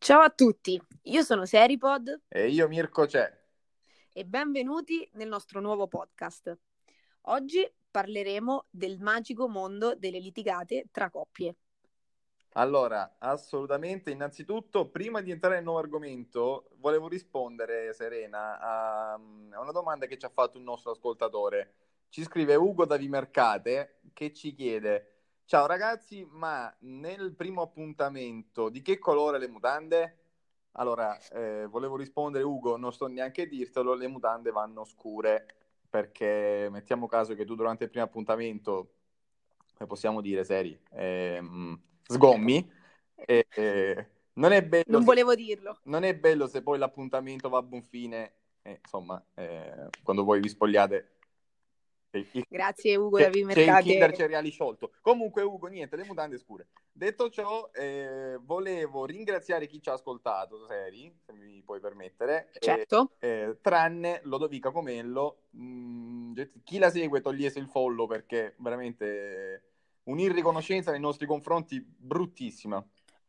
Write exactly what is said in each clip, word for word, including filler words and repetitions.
Ciao a tutti, io sono Seripod E io Mirko c'è. e benvenuti nel nostro nuovo podcast. Oggi parleremo del magico mondo delle litigate tra coppie. Allora, assolutamente, innanzitutto, prima di entrare nel nuovo argomento, volevo rispondere, Serena, a, a una domanda che ci ha fatto un nostro ascoltatore. Ci scrive Ugo da Vimercate che ci chiede: ciao ragazzi, ma nel primo appuntamento di che colore le mutande? Allora, eh, volevo rispondere, Ugo, non sto neanche a dirtelo, le mutande vanno scure, perché mettiamo caso che tu durante il primo appuntamento, come possiamo dire, seri, ehm, sgommi, e, e non è bello Non se, volevo dirlo. non è bello se poi l'appuntamento va a buon fine, e, insomma, eh, quando voi vi spogliate il- il- Grazie Ugo da c'è, c'è il Vimercate. Kinder Cereali sciolto. Comunque, Ugo, niente, le mutande scure. Detto ciò, eh, volevo ringraziare chi ci ha ascoltato, Seri, se mi puoi permettere, eh, Certo. eh, tranne Lodovica Comello. Mh, chi la segue togliese il follow, perché veramente un'irriconoscenza nei nostri confronti bruttissima.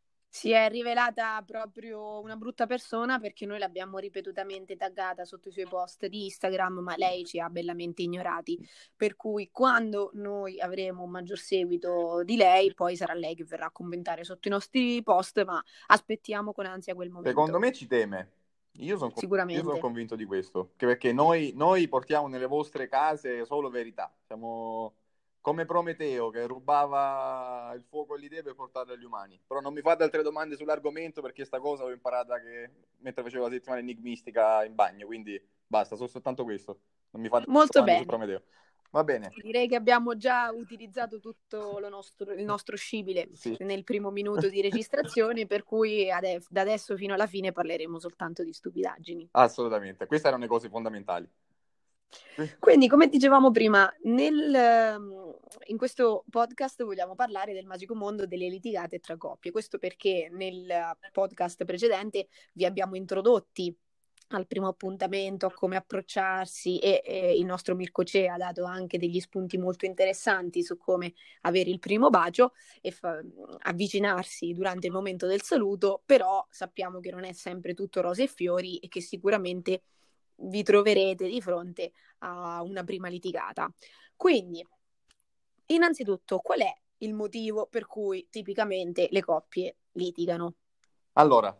Si è rivelata proprio una brutta persona perché noi l'abbiamo ripetutamente taggata sotto i suoi post di Instagram, ma lei ci ha bellamente ignorati. Per cui quando noi avremo un maggior seguito di lei, poi sarà lei che verrà a commentare sotto i nostri post, ma aspettiamo con ansia quel Secondo momento. me ci teme. Io sono io son Sicuramente. convinto di questo, che perché noi, noi portiamo nelle vostre case solo verità. Siamo come Prometeo che rubava il fuoco all'idea per portarlo agli umani. Però non mi fate altre domande sull'argomento, perché sta cosa l'ho imparata che, mentre facevo la settimana enigmistica in bagno, quindi basta, so soltanto questo. Non mi fate Molto domande su bene. Prometeo. Va bene. Direi che abbiamo già utilizzato tutto lo nostro, il nostro scibile Sì. nel primo minuto di registrazione, per cui ade- da adesso fino alla fine parleremo soltanto di stupidaggini. Assolutamente. Queste erano le cose fondamentali. Quindi, come dicevamo prima, nel, ehm, in questo podcast vogliamo parlare del magico mondo delle litigate tra coppie. Questo perché nel podcast precedente vi abbiamo introdotti al primo appuntamento, a come approcciarsi e, e il nostro Mirko Ce ha dato anche degli spunti molto interessanti su come avere il primo bacio e fa- avvicinarsi durante il momento del saluto, però sappiamo che non è sempre tutto rose e fiori e che sicuramente vi troverete di fronte a una prima litigata. Quindi, innanzitutto, qual è il motivo per cui tipicamente le coppie litigano? Allora,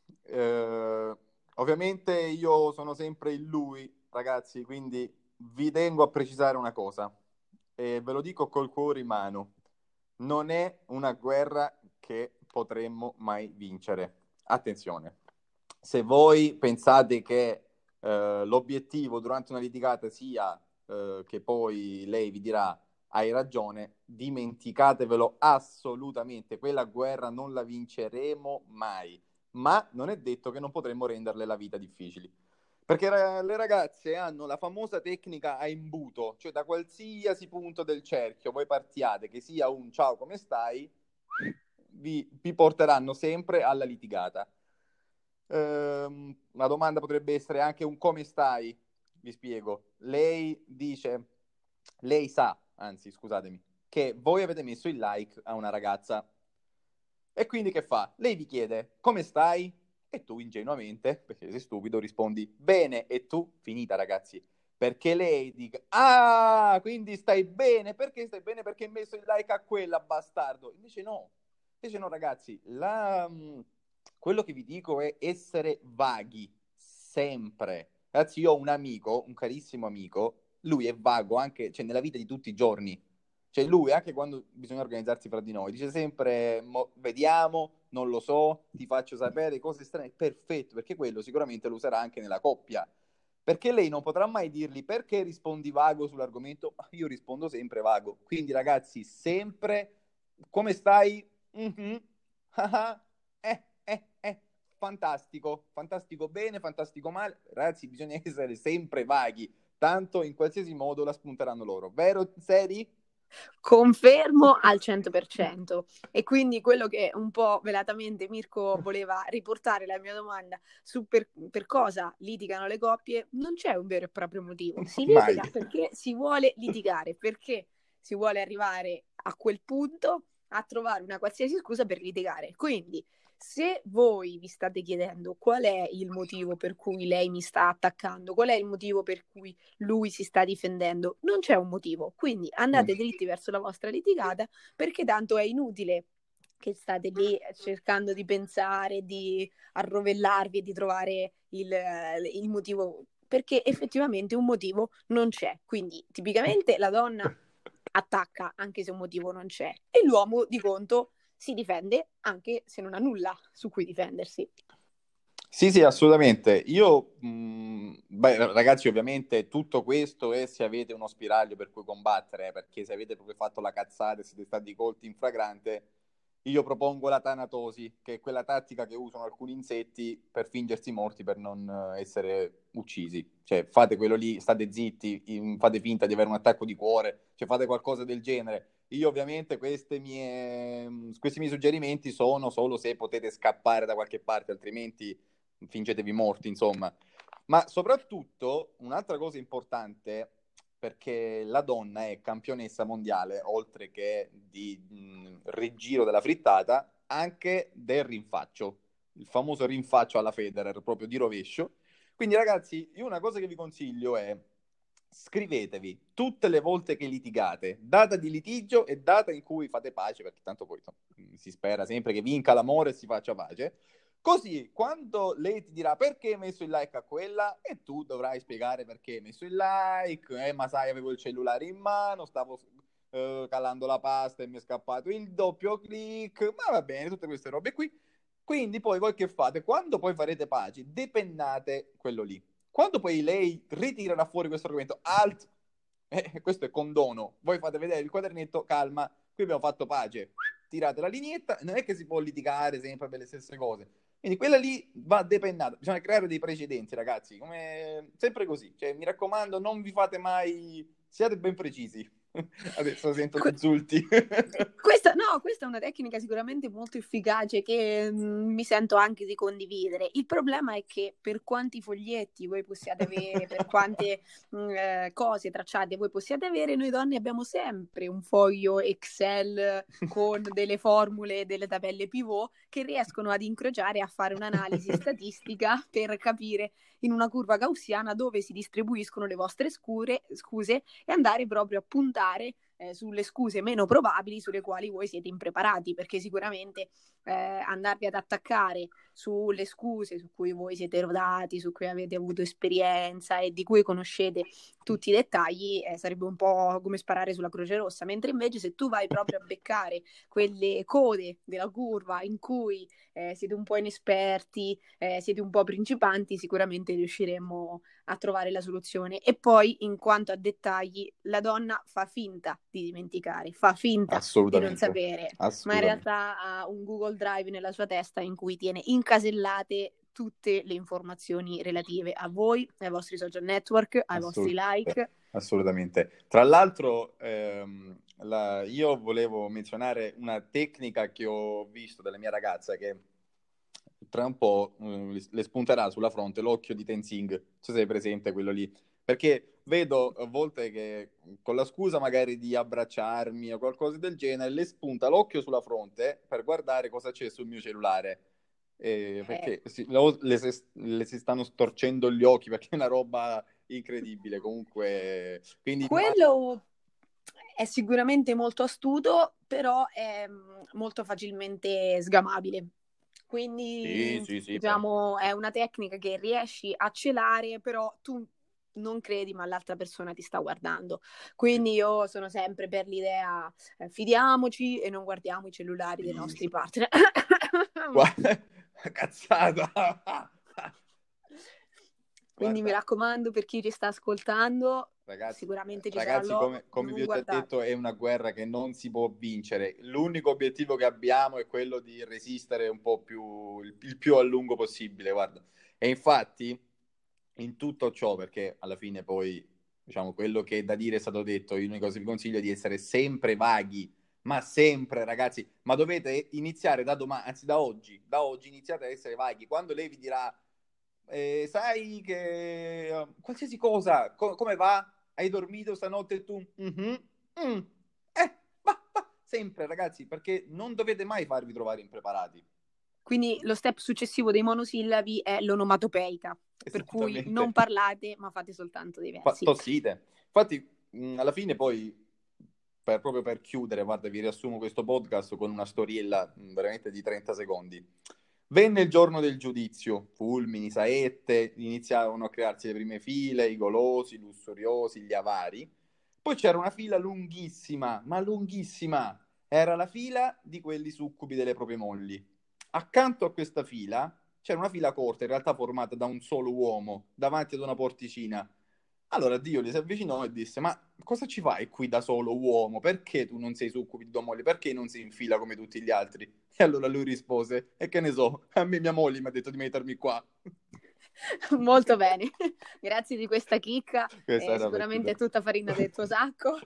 eh, ovviamente io sono sempre il lui, ragazzi, quindi vi tengo a precisare una cosa, e ve lo dico col cuore in mano: non è una guerra che potremmo mai vincere. Attenzione, se voi pensate che eh, l'obiettivo durante una litigata sia eh, che poi lei vi dirà hai ragione, dimenticatevelo assolutamente, quella guerra non la vinceremo mai, ma non è detto che non potremmo renderle la vita difficili. Perché le ragazze hanno la famosa tecnica a imbuto, cioè da qualsiasi punto del cerchio voi partiate, che sia un ciao come stai, vi, vi porteranno sempre alla litigata. Ehm, una domanda potrebbe essere anche un come stai, vi spiego. Lei dice, lei sa, anzi scusatemi, che voi avete messo il like a una ragazza. E quindi che fa? Lei vi chiede come stai? E tu ingenuamente, perché sei stupido, rispondi bene. E tu, finita ragazzi. Perché lei dica, ah, quindi stai bene. Perché stai bene? Perché hai messo il like a quella, bastardo. Invece no. Invece no, ragazzi. La, quello che vi dico è essere vaghi. Sempre. Ragazzi, io ho un amico, un carissimo amico. Lui è vago anche, cioè, nella vita di tutti i giorni. Cioè lui, anche quando bisogna organizzarsi fra di noi, dice sempre, vediamo, non lo so, ti faccio sapere, cose strane. Perfetto, perché quello sicuramente lo userà anche nella coppia. Perché lei non potrà mai dirgli perché rispondi vago sull'argomento, ma io rispondo sempre vago. Quindi ragazzi, sempre, come stai? Mm-hmm. eh, eh, eh. Fantastico, fantastico bene, fantastico male. Ragazzi, bisogna essere sempre vaghi, tanto in qualsiasi modo la spunteranno loro. Vero, Seri? Confermo al cento per cento. E quindi quello che un po' velatamente Mirko voleva riportare la mia domanda su per, per cosa litigano le coppie, non c'è un vero e proprio motivo. Si Mai. litiga perché si vuole litigare, perché si vuole arrivare a quel punto a trovare una qualsiasi scusa per litigare. Quindi Se voi vi state chiedendo qual è il motivo per cui lei mi sta attaccando, qual è il motivo per cui lui si sta difendendo, non c'è un motivo. Quindi andate dritti verso la vostra litigata, perché tanto è inutile che state lì cercando di pensare, di arrovellarvi e di trovare il, il motivo, perché effettivamente un motivo non c'è. Quindi tipicamente la donna attacca anche se un motivo non c'è e l'uomo di conto si difende anche se non ha nulla su cui difendersi. Sì, sì, assolutamente. Io, mh, beh, ragazzi, ovviamente tutto questo è se avete uno spiraglio per cui combattere, eh, perché se avete proprio fatto la cazzata e siete stati colti in flagrante, io propongo la tanatosi, che è quella tattica che usano alcuni insetti per fingersi morti per non eh, essere uccisi. Cioè, fate quello lì, state zitti, in- fate finta di avere un attacco di cuore, cioè fate qualcosa del genere. Io ovviamente queste mie, questi miei suggerimenti sono solo se potete scappare da qualche parte, altrimenti fingetevi morti, insomma. Ma soprattutto un'altra cosa importante, perché la donna è campionessa mondiale, oltre che di mh, rigiro della frittata, anche del rinfaccio, il famoso rinfaccio alla Federer, proprio di rovescio. Quindi ragazzi, io una cosa che vi consiglio è scrivetevi tutte le volte che litigate, data di litigio e data in cui fate pace, perché tanto poi insomma, si spera sempre che vinca l'amore e si faccia pace. Così, quando lei ti dirà perché hai messo il like a quella, e tu dovrai spiegare perché hai messo il like, eh, ma sai, avevo il cellulare in mano, stavo eh, calando la pasta e mi è scappato il doppio click, ma va bene, tutte queste robe qui. Quindi poi voi che fate? Quando poi farete pace, depennate quello lì. Quando poi lei ritirerà fuori questo argomento, alt, eh, questo è condono, voi fate vedere il quadernetto, calma, qui abbiamo fatto pace, tirate la lineetta, non è che si può litigare sempre per le stesse cose. Quindi quella lì va depennata, bisogna creare dei precedenti, ragazzi, come sempre così. Cioè, mi raccomando, non vi fate mai, siate ben precisi. Adesso sento Que- insulti. Questa, no, questa è una tecnica sicuramente molto efficace che mh, mi sento anche di condividere. Il problema è che per quanti foglietti voi possiate avere, per quante mh, eh, cose tracciate voi possiate avere, noi donne abbiamo sempre un foglio Excel con delle formule, delle tabelle pivot che riescono ad incrociare e a fare un'analisi statistica per capire in una curva gaussiana dove si distribuiscono le vostre scure, scuse e andare proprio a puntare eh, sulle scuse meno probabili sulle quali voi siete impreparati, perché sicuramente eh, andarvi ad attaccare sulle scuse su cui voi siete rodati, su cui avete avuto esperienza e di cui conoscete tutti i dettagli eh, sarebbe un po' come sparare sulla Croce Rossa, mentre invece se tu vai proprio a beccare quelle code della curva in cui eh, siete un po' inesperti, eh, siete un po' principanti, sicuramente riusciremo a trovare la soluzione. E poi, in quanto a dettagli, la donna fa finta di dimenticare, fa finta di non Assolutamente, sapere, ma in assolutamente. realtà ha un Google Drive nella sua testa in cui tiene incasellate tutte le informazioni relative a voi, ai vostri social network, ai vostri Assolutamente, like. assolutamente. Tra l'altro, ehm, la- io volevo menzionare una tecnica che ho visto della mia ragazza che tra un po' eh, le spunterà sulla fronte l'occhio di Tenzing, non so se sei presente quello lì, perché vedo a volte che con la scusa magari di abbracciarmi o qualcosa del genere, le spunta l'occhio sulla fronte per guardare cosa c'è sul mio cellulare. Eh, Eh, perché si, lo- le, si- le si stanno storcendo gli occhi perché è una roba incredibile. Comunque, quindi ma- quello è sicuramente molto astuto, però è mm, molto facilmente sgamabile. sì, Quindi, sì, sì, per- diciamo, è una tecnica che riesci a celare, però tu non credi, ma l'altra persona ti sta guardando. Quindi io sono sempre per l'idea, eh, fidiamoci e non guardiamo i cellulari dei sì, nostri partner. guarda, cazzata. Quindi mi Guarda, raccomando, per chi ci sta ascoltando, ragazzi, sicuramente ci sarà ragazzi, come, l'odio, come vi non ho già detto, guardate. è una guerra che non si può vincere. L'unico obiettivo che abbiamo è quello di resistere un po' più, il, il più a lungo possibile, guarda. E infatti, in tutto ciò, perché alla fine poi, diciamo, quello che è da dire è stato detto, io l'unica cosa che vi consiglio è di essere sempre vaghi, ma sempre, ragazzi, ma dovete iniziare da domani, anzi da oggi, da oggi iniziate ad essere vaghi. Quando lei vi dirà eh, sai che eh, qualsiasi cosa, co- come va? Hai dormito stanotte e tu? Mhm. Mm. Eh, va, va. Sempre ragazzi, perché non dovete mai farvi trovare impreparati. Quindi lo step successivo dei monosillabi è l'onomatopeica, per cui non parlate ma fate soltanto dei versi. Fa- tossite. Infatti, mh, alla fine poi, per, proprio per chiudere, guarda, vi riassumo questo podcast con una storiella mh, veramente di trenta secondi. Venne il giorno del giudizio, fulmini, saette, iniziarono a crearsi le prime file, i golosi, i lussuriosi, gli avari. Poi c'era una fila lunghissima, ma lunghissima. Era la fila di quelli succubi delle proprie mogli. Accanto a questa fila c'era una fila corta, in realtà formata da un solo uomo, davanti ad una porticina. Allora Dio gli si avvicinò e disse: ma cosa ci fai qui da solo uomo? Perché tu non sei succubi di tua moglie? Perché non sei in fila come tutti gli altri? E allora lui rispose: e che ne so, a me mia moglie mi ha detto di mettermi qua. Molto bene, grazie di questa chicca, Questa eh, sicuramente è tutta farina del tuo sacco.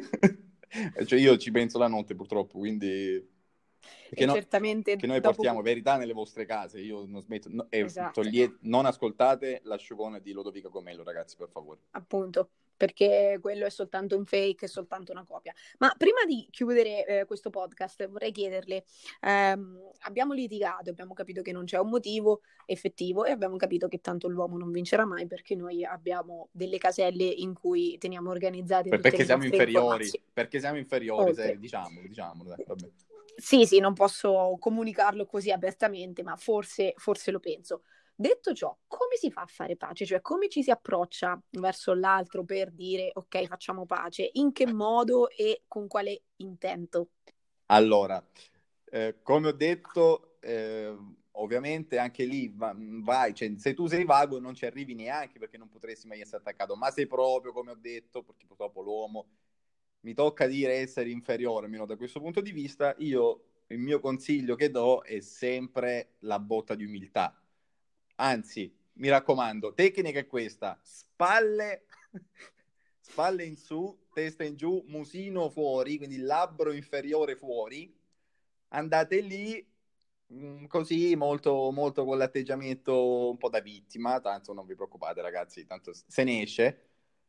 Cioè io ci penso la notte purtroppo, quindi... Che, E no, certamente che noi dopo... portiamo verità nelle vostre case. Io non smetto, no, e Esatto. toglie- non ascoltate la sciupone di Lodovica Comello, ragazzi, per favore. Appunto, perché quello è soltanto un fake, è soltanto una copia. Ma prima di chiudere eh, questo podcast vorrei chiederle, ehm, abbiamo litigato, abbiamo capito che non c'è un motivo effettivo e abbiamo capito che tanto l'uomo non vincerà mai perché noi abbiamo delle caselle in cui teniamo organizzate tutte Perché le siamo nostre inferiori, perché siamo inferiori, Oltre. seri, diciamolo, diciamolo, dai, vabbè. Sì, sì, non posso comunicarlo così apertamente, ma forse, forse lo penso. Detto ciò, come si fa a fare pace? Cioè, come ci si approccia verso l'altro per dire ok, facciamo pace? In che modo e con quale intento? Allora, eh, come ho detto, eh, ovviamente anche lì va- vai, cioè, se tu sei vago non ci arrivi neanche perché non potresti mai essere attaccato, ma sei proprio, come ho detto, perché purtroppo l'uomo mi tocca dire essere inferiore, almeno da questo punto di vista, io il mio consiglio che do è sempre la botta di umiltà. Anzi, mi raccomando, tecnica è questa: spalle, spalle in su, testa in giù, musino fuori, quindi labbro inferiore fuori. Andate lì mh, così, molto, molto con l'atteggiamento un po' da vittima, tanto non vi preoccupate ragazzi, tanto se ne esce.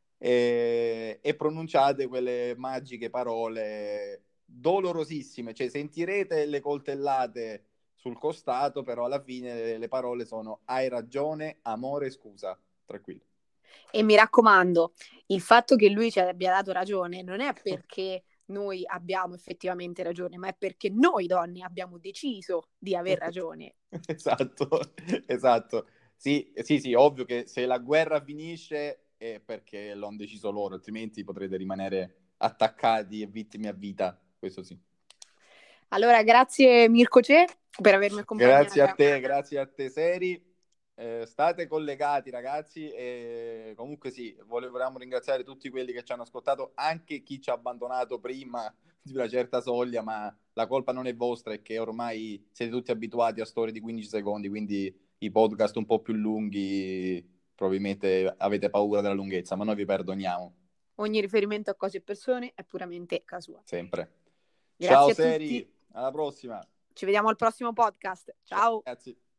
E, e pronunciate quelle magiche parole dolorosissime, cioè sentirete le coltellate sul costato, però alla fine le parole sono hai ragione, amore, scusa, tranquillo. E mi raccomando, il fatto che lui ci abbia dato ragione non è perché noi abbiamo effettivamente ragione, ma è perché noi donne abbiamo deciso di aver ragione. Esatto, esatto. Sì, sì, sì, ovvio che se la guerra finisce è perché l'hanno deciso loro, altrimenti potrete rimanere attaccati e vittime a vita, questo sì. Allora, grazie Mirko Ce per avermi Grazie a accompagnata. te, grazie a te, Seri. Eh, state collegati, ragazzi. E comunque sì, volevamo ringraziare tutti quelli che ci hanno ascoltato, anche chi ci ha abbandonato prima di una certa soglia, ma la colpa non è vostra, è che ormai siete tutti abituati a storie di quindici secondi, quindi i podcast un po' più lunghi probabilmente avete paura della lunghezza, ma noi vi perdoniamo. Ogni riferimento a cose e persone è puramente casuale. Sempre. Ciao Grazie a Seri, tutti. alla prossima. Ci vediamo al prossimo podcast. Ciao. Ciao ragazzi.